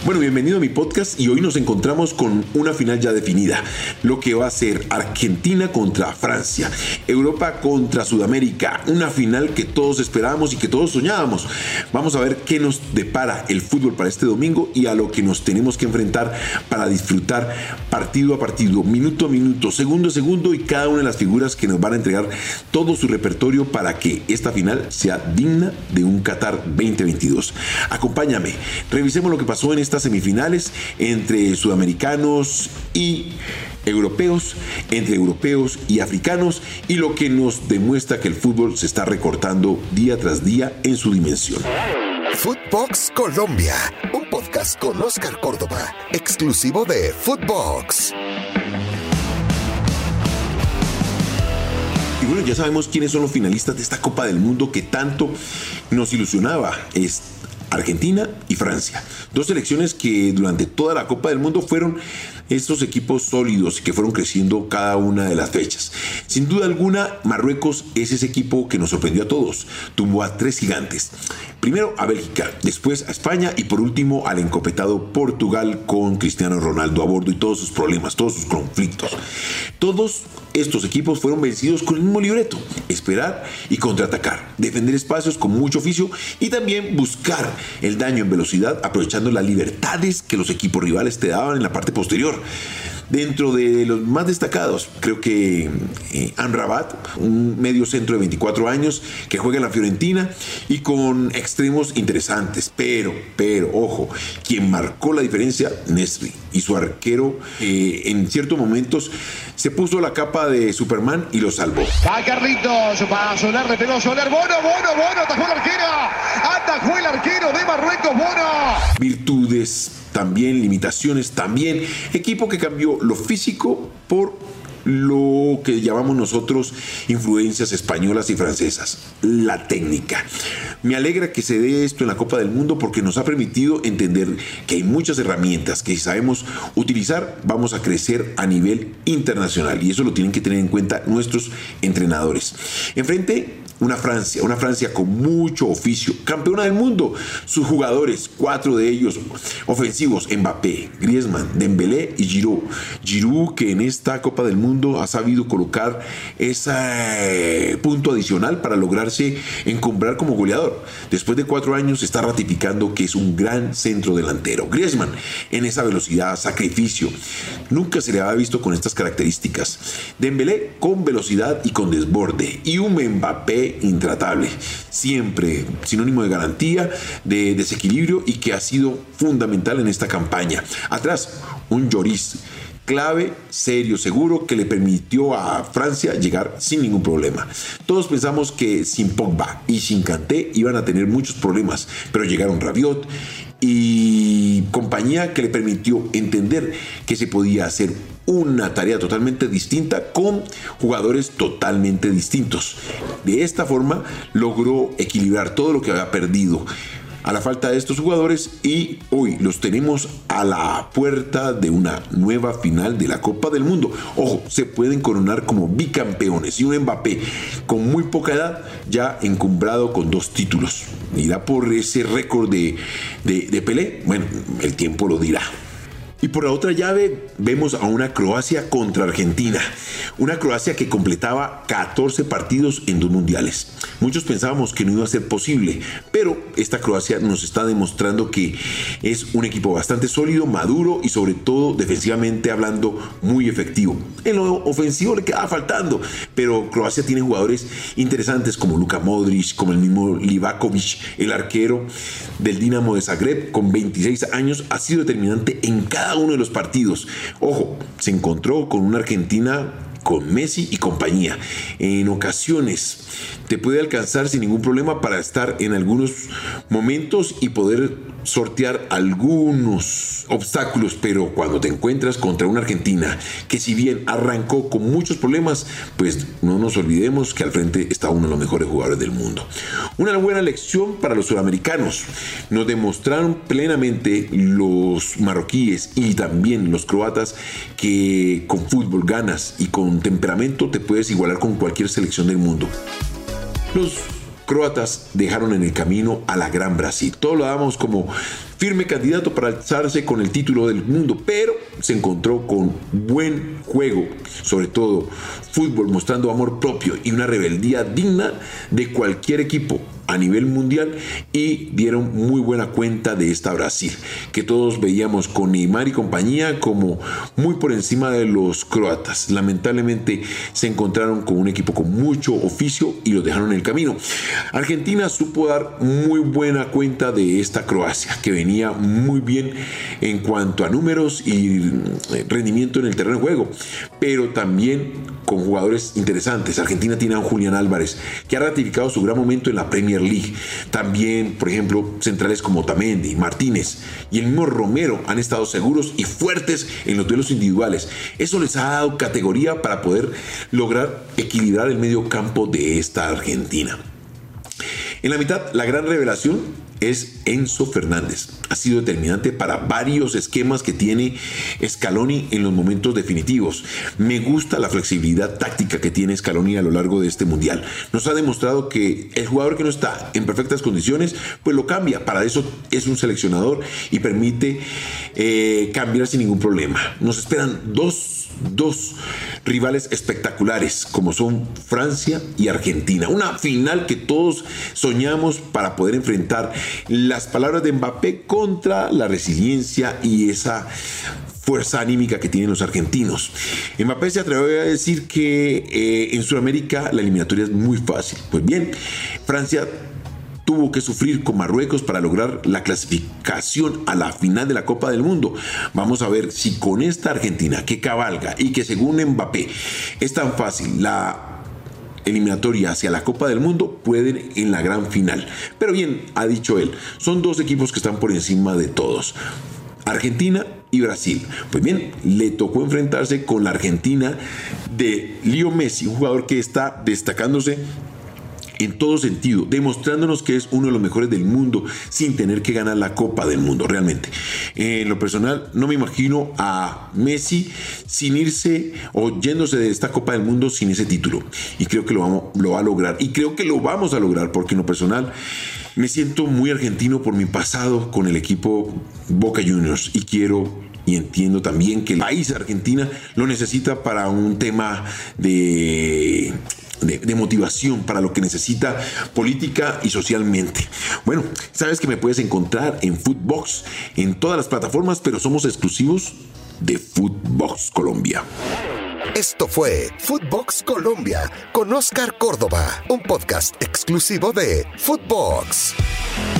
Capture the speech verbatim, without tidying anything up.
Bueno, bienvenido a mi podcast y hoy nos encontramos con una final ya definida, lo que va a ser Argentina contra Francia, Europa contra Sudamérica, una final que todos esperábamos y que todos soñábamos. Vamos a ver qué nos depara el fútbol para este domingo y a lo que nos tenemos que enfrentar para disfrutar partido a partido, minuto a minuto, segundo a segundo y cada una de las figuras que nos van a entregar todo su repertorio para que esta final sea digna de un Qatar veinte veintidós. Acompáñame, revisemos lo que pasó en esta semifinales entre sudamericanos y europeos, entre europeos y africanos, y lo que nos demuestra que el fútbol se está recortando día tras día en su dimensión. Footbox Colombia, un podcast con Oscar Córdoba, exclusivo de Footbox. Y bueno, ya sabemos quiénes son los finalistas de esta Copa del Mundo que tanto nos ilusionaba. Es Argentina y Francia, dos selecciones que durante toda la Copa del Mundo fueron estos equipos sólidos que fueron creciendo cada una de las fechas. Sin duda alguna, Marruecos es ese equipo que nos sorprendió a todos. Tumbó a tres gigantes. Primero a Bélgica, después a España y por último al encopetado Portugal con Cristiano Ronaldo a bordo y todos sus problemas, todos sus conflictos. Todos estos equipos fueron vencidos con el mismo libreto: esperar y contraatacar, defender espacios con mucho oficio y también buscar el daño en velocidad aprovechando las libertades que los equipos rivales te daban en la parte posterior. Dentro de los más destacados, creo que eh, Amrabat, un medio centro de veinticuatro años que juega en la Fiorentina y con extremos interesantes, pero, pero, ojo, quien marcó la diferencia, Nesri, y su arquero eh, en ciertos momentos se puso la capa de Superman y lo salvó. Va Carlitos, va a Soler, le pegó Soler, Bono, Bono, Bono, atajó el arquero, atajó el arquero de Marruecos, Bono. Virtudes también, limitaciones también, equipo que cambió lo físico por lo que llamamos nosotros influencias españolas y francesas, la técnica. Me alegra que se dé esto en la Copa del Mundo porque nos ha permitido entender que hay muchas herramientas que si sabemos utilizar vamos a crecer a nivel internacional y eso lo tienen que tener en cuenta nuestros entrenadores. Enfrente, una Francia, una Francia con mucho oficio, campeona del mundo. Sus jugadores, cuatro de ellos ofensivos: Mbappé, Griezmann, Dembélé y Giroud. Giroud, que en esta Copa del Mundo ha sabido colocar ese punto adicional para lograrse encumbrar como goleador. Después de cuatro años está ratificando que es un gran centro delantero. Griezmann, en esa velocidad, sacrificio, nunca se le había visto con estas características. Dembélé con velocidad y con desborde. Y un Mbappé intratable, siempre sinónimo de garantía, de desequilibrio y que ha sido fundamental en esta campaña. Atrás, un Lloris clave, serio, seguro, que le permitió a Francia llegar sin ningún problema. Todos pensamos que sin Pogba y sin Kanté iban a tener muchos problemas, pero llegaron Rabiot y compañía que le permitió entender que se podía hacer una tarea totalmente distinta con jugadores totalmente distintos. De esta forma logró equilibrar todo lo que había perdido a la falta de estos jugadores y hoy los tenemos a la puerta de una nueva final de la Copa del Mundo. Ojo, se pueden coronar como bicampeones y un Mbappé con muy poca edad ya encumbrado con dos títulos. ¿Irá por ese récord de, de, de Pelé? Bueno, el tiempo lo dirá. Y por la otra llave vemos a una Croacia contra Argentina. Una Croacia que completaba catorce partidos en dos mundiales. Muchos pensábamos que no iba a ser posible, pero esta Croacia nos está demostrando que es un equipo bastante sólido, maduro y sobre todo defensivamente hablando muy efectivo. En lo ofensivo le quedaba faltando, pero Croacia tiene jugadores interesantes como Luka Modric, como el mismo Livakovic, el arquero del Dinamo de Zagreb con veintiséis años, ha sido determinante en cada uno de los partidos. Ojo, se encontró con una Argentina con Messi y compañía. En ocasiones te puede alcanzar sin ningún problema para estar en algunos momentos y poder sortear algunos obstáculos, pero cuando te encuentras contra una Argentina que si bien arrancó con muchos problemas, pues no nos olvidemos que al frente está uno de los mejores jugadores del mundo. Una buena lección para los sudamericanos. Nos demostraron plenamente los marroquíes y también los croatas que con fútbol, ganas y con temperamento te puedes igualar con cualquier selección del mundo. Los croatas dejaron en el camino a la Gran Brasil. Todos lo dábamos como firme candidato para alzarse con el título del mundo, pero se encontró con buen juego, sobre todo fútbol, mostrando amor propio y una rebeldía digna de cualquier equipo a nivel mundial, y dieron muy buena cuenta de esta Brasil, que todos veíamos con Neymar y compañía como muy por encima de los croatas. Lamentablemente se encontraron con un equipo con mucho oficio y los dejaron en el camino. Argentina supo dar muy buena cuenta de esta Croacia, que venía muy bien en cuanto a números y rendimiento en el terreno de juego, pero también con jugadores interesantes. Argentina tiene a un Julián Álvarez, que ha ratificado su gran momento en la Premier League. También, por ejemplo, centrales como Otamendi, Martínez y el mismo Romero han estado seguros y fuertes en los duelos individuales. Eso les ha dado categoría para poder lograr equilibrar el medio campo de esta Argentina. En la mitad, la gran revelación es Enzo Fernández. Ha sido determinante para varios esquemas que tiene Scaloni en los momentos definitivos. Me gusta la flexibilidad táctica que tiene Scaloni a lo largo de este mundial. Nos ha demostrado que el jugador que no está en perfectas condiciones, pues lo cambia. Para eso es un seleccionador y permite eh, cambiar sin ningún problema. Nos esperan dos dos rivales espectaculares como son Francia y Argentina, una final que todos soñamos para poder enfrentar las palabras de Mbappé contra la resiliencia y esa fuerza anímica que tienen los argentinos. Mbappé se atrevió a decir que eh, en Sudamérica la eliminatoria es muy fácil. Pues bien, Francia tuvo que sufrir con Marruecos para lograr la clasificación a la final de la Copa del Mundo. Vamos a ver si con esta Argentina que cabalga y que según Mbappé es tan fácil la eliminatoria hacia la Copa del Mundo, pueden en la gran final. Pero bien, ha dicho él, son dos equipos que están por encima de todos: Argentina y Brasil. Pues bien, le tocó enfrentarse con la Argentina de Leo Messi, un jugador que está destacándose en todo sentido, demostrándonos que es uno de los mejores del mundo sin tener que ganar la Copa del Mundo. Realmente, en lo personal, no me imagino a Messi sin irse o yéndose de esta Copa del Mundo sin ese título, y creo que lo, vamos, lo va a lograr, y creo que lo vamos a lograr, porque en lo personal me siento muy argentino por mi pasado con el equipo Boca Juniors, y quiero y entiendo también que el país Argentina lo necesita para un tema de De, de motivación, para lo que necesita política y socialmente. Bueno, sabes que me puedes encontrar en Footbox en todas las plataformas, pero somos exclusivos de Footbox Colombia. Esto fue Footbox Colombia con Oscar Córdoba, un podcast exclusivo de Footbox.